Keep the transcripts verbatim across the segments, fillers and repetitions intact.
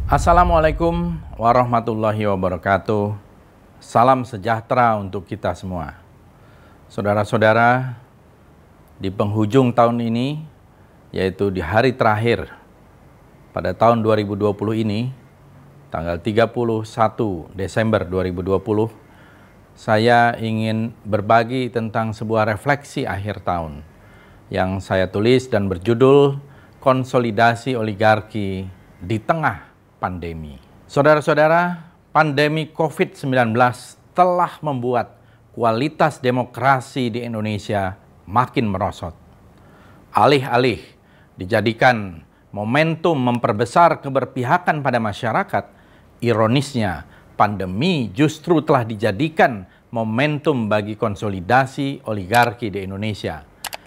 Assalamualaikum warahmatullahi wabarakatuh. Salam sejahtera untuk kita semua. Saudara-saudara, di penghujung tahun ini, yaitu di hari terakhir pada tahun dua ribu dua puluh ini, tanggal tiga puluh satu Desember dua ribu dua puluh, saya ingin berbagi tentang sebuah refleksi akhir tahun yang saya tulis dan berjudul Konsolidasi Oligarki di Tengah Pandemi. Saudara-saudara, pandemi covid sembilan belas telah membuat kualitas demokrasi di Indonesia makin merosot. Alih-alih dijadikan momentum memperbesar keberpihakan pada masyarakat, ironisnya pandemi justru telah dijadikan momentum bagi konsolidasi oligarki di Indonesia.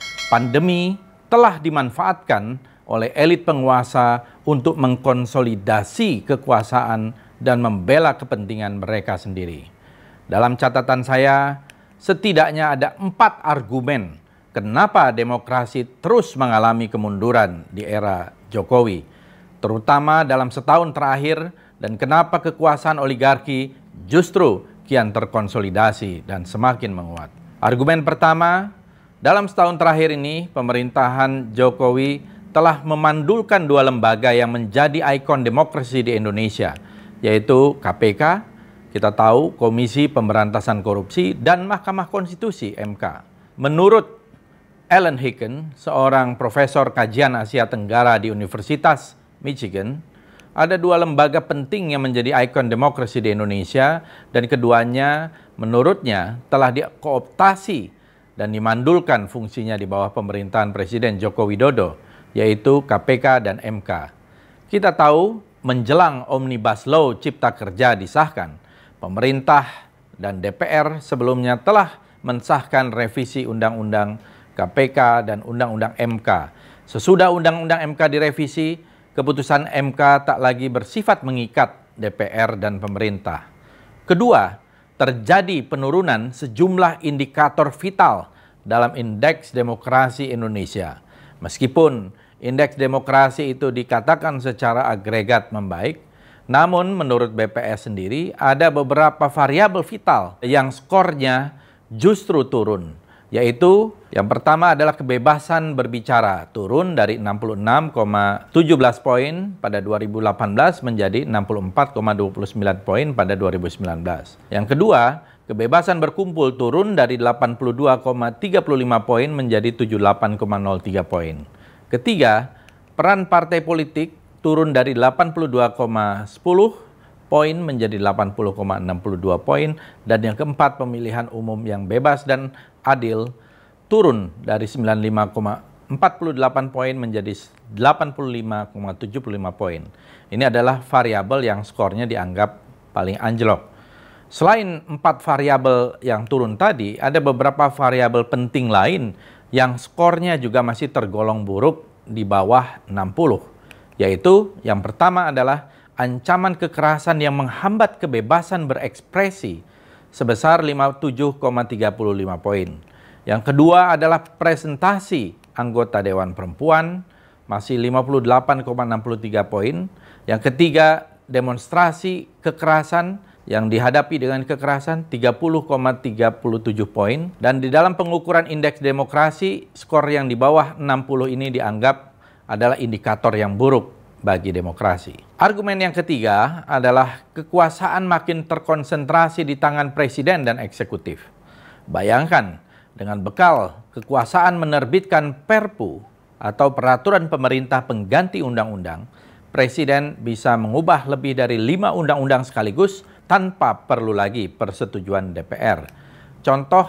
Pandemi telah dimanfaatkan oleh elit penguasa untuk mengkonsolidasi kekuasaan dan membela kepentingan mereka sendiri. Dalam catatan saya, setidaknya ada empat argumen kenapa demokrasi terus mengalami kemunduran di era Jokowi, terutama dalam setahun terakhir, dan kenapa kekuasaan oligarki justru kian terkonsolidasi dan semakin menguat. Argumen pertama, dalam setahun terakhir ini, pemerintahan Jokowi telah memandulkan dua lembaga yang menjadi ikon demokrasi di Indonesia, yaitu K P K, kita tahu Komisi Pemberantasan Korupsi, dan Mahkamah Konstitusi M K. Menurut Alan Hicken, seorang profesor kajian Asia Tenggara di Universitas Michigan, ada dua lembaga penting yang menjadi ikon demokrasi di Indonesia, dan keduanya menurutnya telah dikooptasi dan dimandulkan fungsinya di bawah pemerintahan Presiden Joko Widodo, yaitu K P K dan M K. Kita tahu menjelang Omnibus Law Cipta Kerja disahkan, pemerintah dan D P R sebelumnya telah mensahkan revisi Undang-Undang K P K dan Undang-Undang M K. Sesudah Undang-Undang M K direvisi, keputusan M K tak lagi bersifat mengikat D P R dan pemerintah. Kedua, terjadi penurunan sejumlah indikator vital dalam Indeks Demokrasi Indonesia. Meskipun indeks demokrasi itu dikatakan secara agregat membaik, namun menurut B P S sendiri ada beberapa variabel vital yang skornya justru turun, yaitu yang pertama adalah kebebasan berbicara, turun dari enam puluh enam koma satu tujuh poin pada dua ribu delapan belas menjadi enam puluh empat koma dua sembilan poin pada dua ribu sembilan belas. Yang kedua, kebebasan berkumpul turun dari delapan puluh dua koma tiga lima poin menjadi tujuh puluh delapan koma nol tiga poin. Ketiga, peran partai politik turun dari delapan puluh dua koma sepuluh poin menjadi delapan puluh koma enam dua poin. Dan yang keempat, pemilihan umum yang bebas dan adil turun dari sembilan puluh lima koma empat delapan poin menjadi delapan puluh lima koma tujuh lima poin. Ini adalah variabel yang skornya dianggap paling anjlok. Selain empat variabel yang turun tadi, ada beberapa variabel penting lain yang skornya juga masih tergolong buruk di bawah enam puluh. Yaitu yang pertama adalah ancaman kekerasan yang menghambat kebebasan berekspresi sebesar lima puluh tujuh koma tiga lima poin. Yang kedua adalah presentasi anggota Dewan Perempuan, masih lima puluh delapan koma enam tiga poin. Yang ketiga, demonstrasi kekerasan yang dihadapi dengan kekerasan tiga puluh koma tiga tujuh poin. Dan di dalam pengukuran indeks demokrasi, skor yang di bawah enam puluh ini dianggap adalah indikator yang buruk bagi demokrasi. Argumen yang ketiga adalah kekuasaan makin terkonsentrasi di tangan presiden dan eksekutif. Bayangkan, dengan bekal kekuasaan menerbitkan Perpu atau peraturan pemerintah pengganti undang-undang, presiden bisa mengubah lebih dari lima undang-undang sekaligus tanpa perlu lagi persetujuan D P R. Contoh,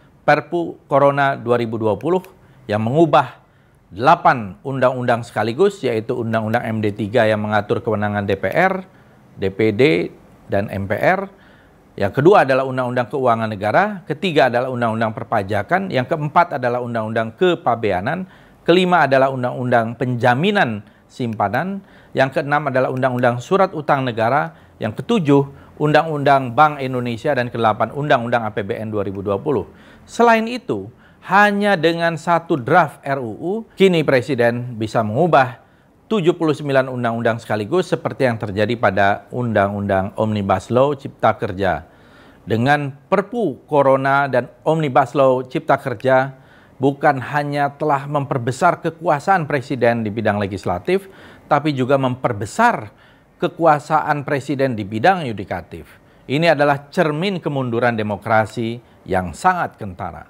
Perpu Corona dua ribu dua puluh yang mengubah delapan undang-undang sekaligus, yaitu Undang-Undang M D tiga yang mengatur kewenangan D P R, D P D, dan M P R. Yang kedua adalah Undang-Undang Keuangan Negara, ketiga adalah Undang-Undang Perpajakan, yang keempat adalah Undang-Undang Kepabeanan, kelima adalah Undang-Undang Penjaminan Simpanan, yang keenam adalah Undang-Undang Surat Utang Negara, yang ketujuh Undang-Undang Bank Indonesia, dan kedelapan Undang-Undang A P B N dua ribu dua puluh. Selain itu, hanya dengan satu draft R U U, kini Presiden bisa mengubah tujuh puluh sembilan undang-undang sekaligus seperti yang terjadi pada Undang-Undang Omnibus Law Cipta Kerja. Dengan Perpu Corona dan Omnibus Law Cipta Kerja bukan hanya telah memperbesar kekuasaan Presiden di bidang legislatif, tapi juga memperbesar kekuasaan Presiden di bidang yudikatif. Ini adalah cermin kemunduran demokrasi yang sangat kentara.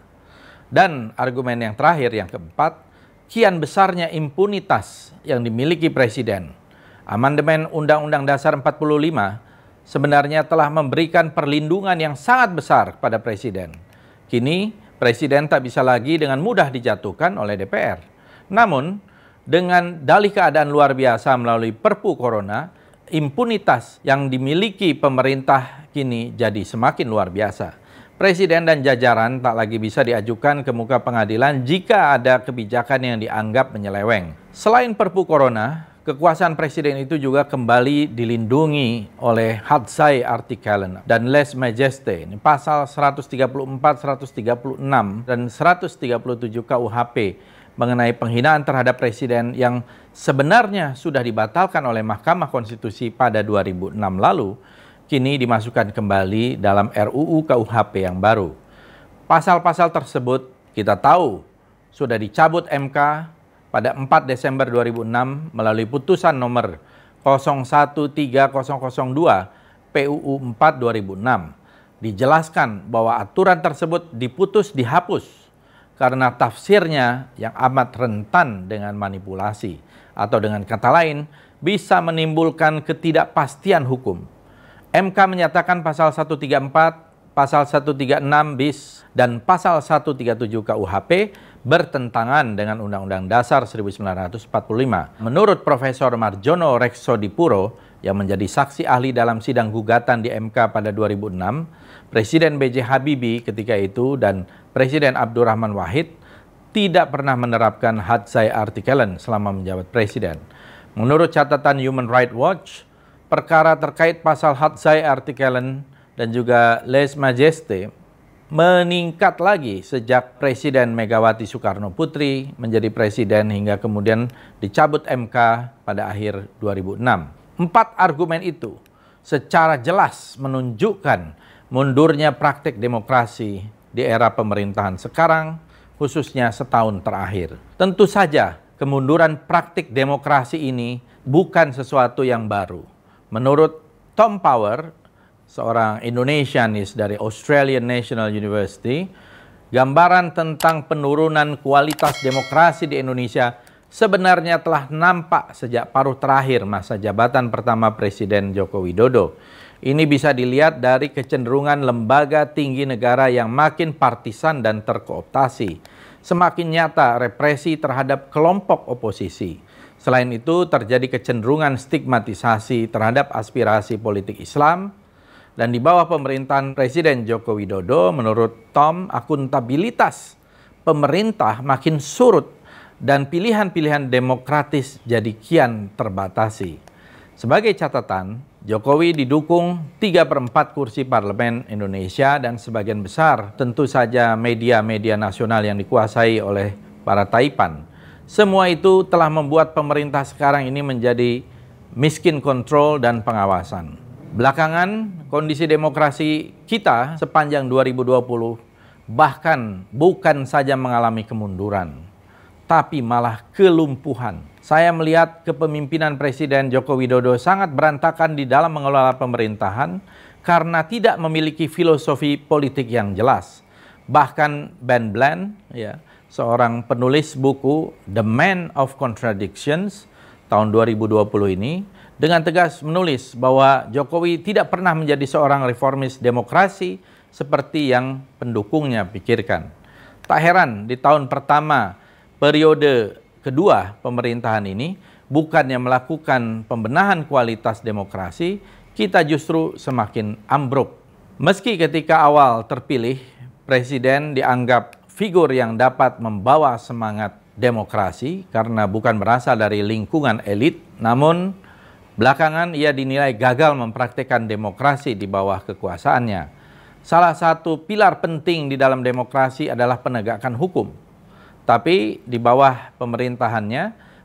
Dan argumen yang terakhir, yang keempat, kian besarnya impunitas yang dimiliki Presiden. Amandemen Undang-Undang Dasar empat puluh lima sebenarnya telah memberikan perlindungan yang sangat besar kepada Presiden. Kini, Presiden tak bisa lagi dengan mudah dijatuhkan oleh D P R. Namun, dengan dalih keadaan luar biasa melalui Perpu Corona, impunitas yang dimiliki pemerintah kini jadi semakin luar biasa. Presiden dan jajaran tak lagi bisa diajukan ke muka pengadilan jika ada kebijakan yang dianggap menyeleweng. Selain Perpu Corona, kekuasaan Presiden itu juga kembali dilindungi oleh Hadsai Artikelen dan Les Majesté. Ini pasal seratus tiga puluh empat, seratus tiga puluh enam, dan seratus tiga puluh tujuh K U H P mengenai penghinaan terhadap Presiden yang sebenarnya sudah dibatalkan oleh Mahkamah Konstitusi pada dua ribu enam lalu, kini dimasukkan kembali dalam R U U K U H P yang baru. Pasal-pasal tersebut kita tahu sudah dicabut M K pada empat Desember dua ribu enam melalui putusan nomor nol satu tiga nol nol dua P U U empat dua ribu enam. Dijelaskan bahwa aturan tersebut diputus dihapus karena tafsirnya yang amat rentan dengan manipulasi, atau dengan kata lain bisa menimbulkan ketidakpastian hukum. M K menyatakan pasal seratus tiga puluh empat, pasal seratus tiga puluh enam bis, dan pasal seratus tiga puluh tujuh K U H P bertentangan dengan Undang-Undang Dasar seribu sembilan ratus empat puluh lima. Menurut Profesor Marjono Reksodipuro yang menjadi saksi ahli dalam sidang gugatan di M K pada dua ribu enam, Presiden B J Habibie ketika itu dan Presiden Abdurrahman Wahid tidak pernah menerapkan Hadsai Artikelen selama menjabat Presiden. Menurut catatan Human Rights Watch, perkara terkait pasal Hadsai Artikelen dan juga Les Majesté meningkat lagi sejak Presiden Megawati Soekarno Putri menjadi presiden hingga kemudian dicabut M K pada akhir dua ribu enam. Empat argumen itu secara jelas menunjukkan mundurnya praktik demokrasi di era pemerintahan sekarang, khususnya setahun terakhir. Tentu saja kemunduran praktik demokrasi ini bukan sesuatu yang baru. Menurut Tom Power, seorang Indonesianis dari Australian National University, gambaran tentang penurunan kualitas demokrasi di Indonesia sebenarnya telah nampak sejak paruh terakhir masa jabatan pertama Presiden Joko Widodo. Ini bisa dilihat dari kecenderungan lembaga tinggi negara yang makin partisan dan terkooptasi. Semakin nyata represi terhadap kelompok oposisi. Selain itu terjadi kecenderungan stigmatisasi terhadap aspirasi politik Islam. Dan di bawah pemerintahan Presiden Joko Widodo, menurut Tom, akuntabilitas pemerintah makin surut dan pilihan-pilihan demokratis jadi kian terbatasi. Sebagai catatan, Jokowi didukung tiga per empat kursi parlemen Indonesia dan sebagian besar tentu saja media-media nasional yang dikuasai oleh para taipan. Semua itu telah membuat pemerintah sekarang ini menjadi miskin kontrol dan pengawasan. Belakangan, kondisi demokrasi kita sepanjang dua ribu dua puluh bahkan bukan saja mengalami kemunduran, tapi malah kelumpuhan. Saya melihat kepemimpinan Presiden Joko Widodo sangat berantakan di dalam mengelola pemerintahan karena tidak memiliki filosofi politik yang jelas. Bahkan Ben Bland, ya, seorang penulis buku The Man of Contradictions tahun dua ribu dua puluh ini, dengan tegas menulis bahwa Jokowi tidak pernah menjadi seorang reformis demokrasi seperti yang pendukungnya pikirkan. Tak heran di tahun pertama periode kedua pemerintahan ini, bukannya melakukan pembenahan kualitas demokrasi, kita justru semakin ambruk. Meski ketika awal terpilih, Presiden dianggap figur yang dapat membawa semangat demokrasi karena bukan berasal dari lingkungan elit, namun belakangan ia dinilai gagal mempraktikkan demokrasi di bawah kekuasaannya. Salah satu pilar penting di dalam demokrasi adalah penegakan hukum. Tapi di bawah pemerintahannya,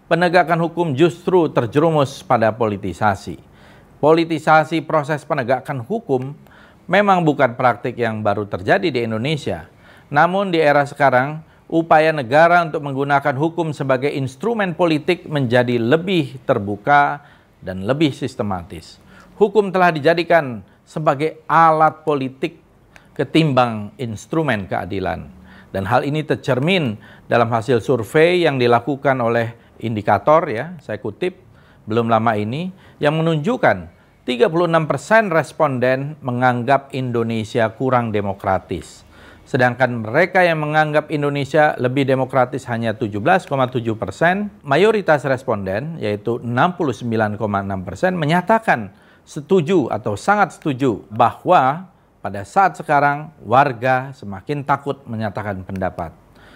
penegakan hukum justru terjerumus pada politisasi. Politisasi proses penegakan hukum memang bukan praktik yang baru terjadi di Indonesia. Namun di era sekarang, upaya negara untuk menggunakan hukum sebagai instrumen politik menjadi lebih terbuka dan lebih sistematis. Hukum telah dijadikan sebagai alat politik ketimbang instrumen keadilan. Dan hal ini tercermin dalam hasil survei yang dilakukan oleh Indikator, ya, saya kutip, belum lama ini, yang menunjukkan tiga puluh enam persen responden menganggap Indonesia kurang demokratis. Sedangkan mereka yang menganggap Indonesia lebih demokratis hanya tujuh belas koma tujuh persen. Mayoritas responden, yaitu enam puluh sembilan koma enam persen, menyatakan setuju atau sangat setuju bahwa pada saat sekarang warga semakin takut menyatakan pendapat.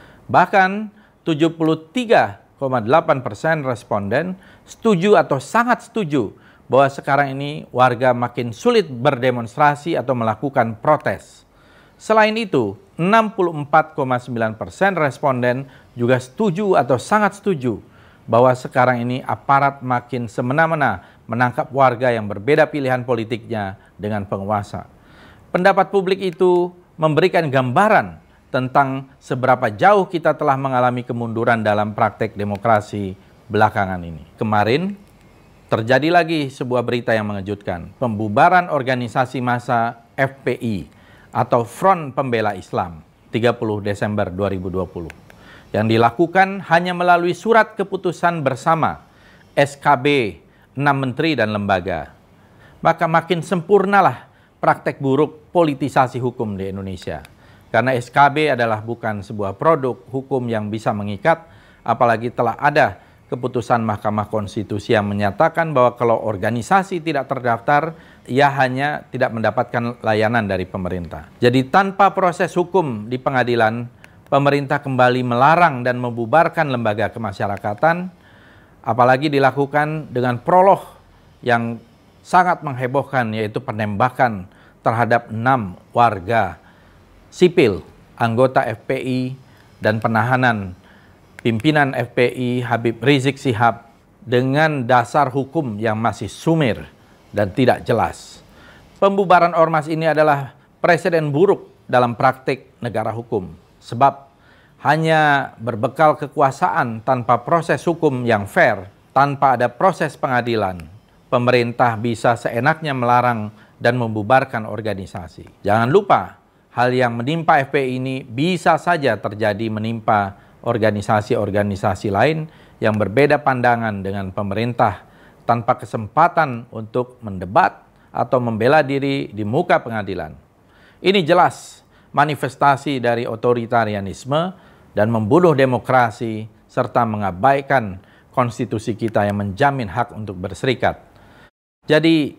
Bahkan tujuh puluh tiga koma delapan persen responden setuju atau sangat setuju bahwa sekarang ini warga makin sulit berdemonstrasi atau melakukan protes. Selain itu, enam puluh empat koma sembilan persen responden juga setuju atau sangat setuju bahwa sekarang ini aparat makin semena-mena menangkap warga yang berbeda pilihan politiknya dengan penguasa. Pendapat publik itu memberikan gambaran tentang seberapa jauh kita telah mengalami kemunduran dalam praktek demokrasi belakangan ini. Kemarin terjadi lagi sebuah berita yang mengejutkan. Pembubaran organisasi massa F P I atau Front Pembela Islam tiga puluh Desember dua ribu dua puluh yang dilakukan hanya melalui surat keputusan bersama S K B enam menteri dan lembaga. Maka makin sempurnalah praktek buruk politisasi hukum di Indonesia. Karena S K B adalah bukan sebuah produk hukum yang bisa mengikat, apalagi telah ada keputusan Mahkamah Konstitusi yang menyatakan bahwa kalau organisasi tidak terdaftar, ia hanya tidak mendapatkan layanan dari pemerintah. Jadi tanpa proses hukum di pengadilan, pemerintah kembali melarang dan membubarkan lembaga kemasyarakatan, apalagi dilakukan dengan prolog yang sangat menghebohkan, yaitu penembakan terhadap enam warga sipil, anggota F P I, dan penahanan pimpinan F P I Habib Rizik Syihab dengan dasar hukum yang masih sumir dan tidak jelas. Pembubaran ormas ini adalah presiden buruk dalam praktik negara hukum, sebab hanya berbekal kekuasaan tanpa proses hukum yang fair, tanpa ada proses pengadilan, pemerintah bisa seenaknya melarang dan membubarkan organisasi. Jangan lupa, hal yang menimpa F P I ini bisa saja terjadi menimpa organisasi-organisasi lain yang berbeda pandangan dengan pemerintah tanpa kesempatan untuk mendebat atau membela diri di muka pengadilan. Ini jelas manifestasi dari otoritarianisme dan membunuh demokrasi serta mengabaikan konstitusi kita yang menjamin hak untuk berserikat. Jadi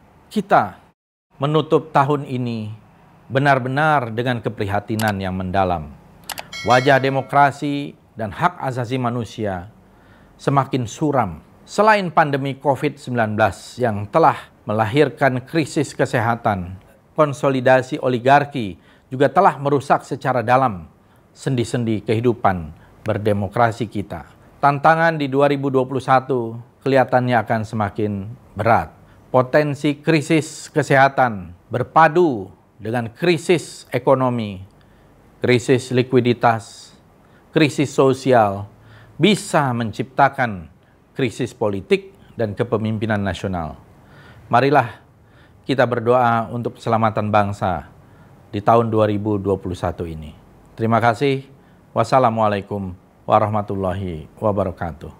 kita menutup tahun ini benar-benar dengan keprihatinan yang mendalam. Wajah demokrasi dan hak asasi manusia semakin suram. Selain pandemi COVID sembilan belas yang telah melahirkan krisis kesehatan, konsolidasi oligarki juga telah merusak secara dalam sendi-sendi kehidupan berdemokrasi kita. Tantangan di dua ribu dua puluh satu kelihatannya akan semakin berat. Potensi krisis kesehatan berpadu dengan krisis ekonomi, krisis likuiditas, krisis sosial, bisa menciptakan krisis politik dan kepemimpinan nasional. Marilah kita berdoa untuk keselamatan bangsa di tahun dua ribu dua puluh satu ini. Terima kasih. Wassalamualaikum warahmatullahi wabarakatuh.